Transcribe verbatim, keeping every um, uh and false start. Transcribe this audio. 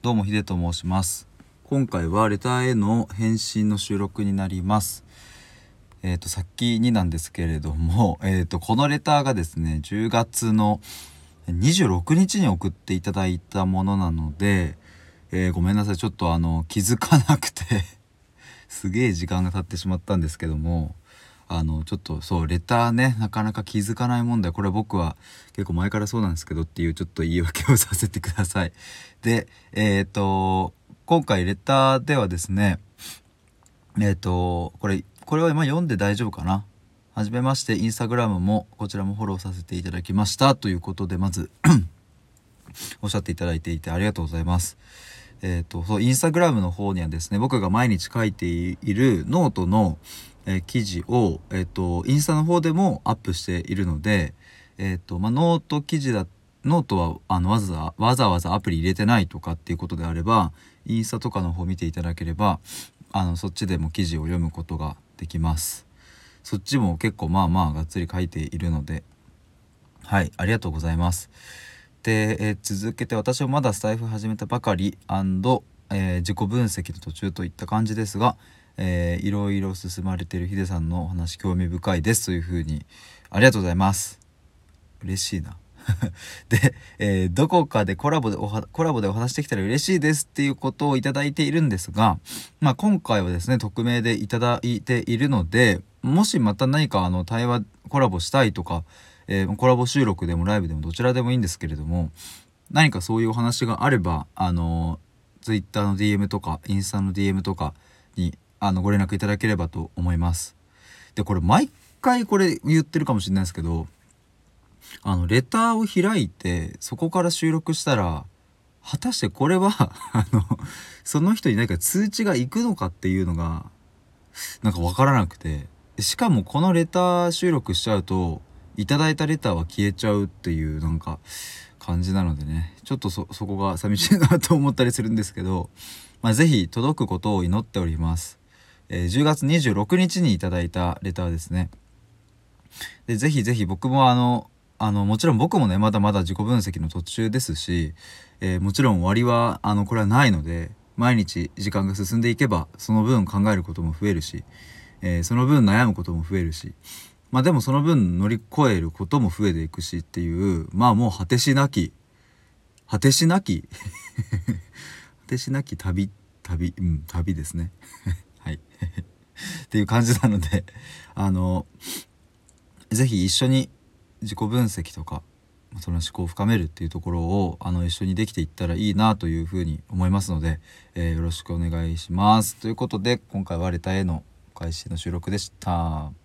どうもヒデと申します。今回はレターへの返信の収録になります。えっ、ー、と先になんですけれども、えっ、ー、とこのレターがですねじゅうがつのにじゅうろくにちに送っていただいたものなので、えー、ごめんなさい、ちょっとあの気づかなくてすげえ時間が経ってしまったんですけども、あのちょっとそうレターね、なかなか気づかない問題、これは僕は結構前からそうなんですけどっていうちょっと言い訳をさせてください。でえっ、ー、と今回レターではですね、えっ、ー、とこれこれは今読んで大丈夫かな。はじめまして、インスタグラムもこちらもフォローさせていただきましたということで、まずおっしゃっていただいていてありがとうございます。えっ、ー、とそうインスタグラムの方にはですね、僕が毎日書いているノートのえー、記事を、えーと、インスタの方でもアップしているので、えーとまあ、ノート記事だノートはあのわざわざわざアプリ入れてないとかっていうことであれば、インスタとかの方見ていただければ、あのそっちでも記事を読むことができます。そっちも結構まあまあがっつり書いているので、はい、ありがとうございます。で、えー、続けて、私もまだスタイフ始めたばかり&、えー、自己分析の途中といった感じですが、えー、いろいろ進まれているヒデさんのお話興味深いですというふうに、ありがとうございます。嬉しいなで、えー、どこかでコラボでおはコラボでお話できたら嬉しいですっていうことをいただいているんですが、まあ今回はですね匿名でいただいているので、もしまた何かあの対話コラボしたいとか、えー、コラボ収録でもライブでもどちらでもいいんですけれども、何かそういうお話があれば、あのツイッターの ディーエム とかインスタの ディーエム とかにあのご連絡いただければと思います。でこれ毎回これ言ってるかもしれないですけど、あのレターを開いてそこから収録したら、果たしてこれはあのその人に何か通知が行くのかっていうのがなんか分からなくて、しかもこのレター収録しちゃうといただいたレターは消えちゃうっていうなんか感じなのでね、ちょっと そ, そこが寂しいなと思ったりするんですけど、まあ、ぜひ届くことを祈っております。えー、じゅうがつにじゅうろくにちにいただいたレターですね。でぜひぜひ僕もあのあのもちろん僕もねまだまだ自己分析の途中ですし、えー、もちろん終わりはあのこれはないので、毎日時間が進んでいけばその分考えることも増えるし、えー、その分悩むことも増えるし、まあでもその分乗り越えることも増えていくしっていう、まあもう果てしなき果てしなき果てしなき旅旅うん旅ですねはいっていう感じなので、あのぜひ一緒に自己分析とかその思考を深めるっていうところをあの一緒にできていったらいいなというふうに思いますので、えー、よろしくお願いします。ということで今回はレターへの開始の収録でした。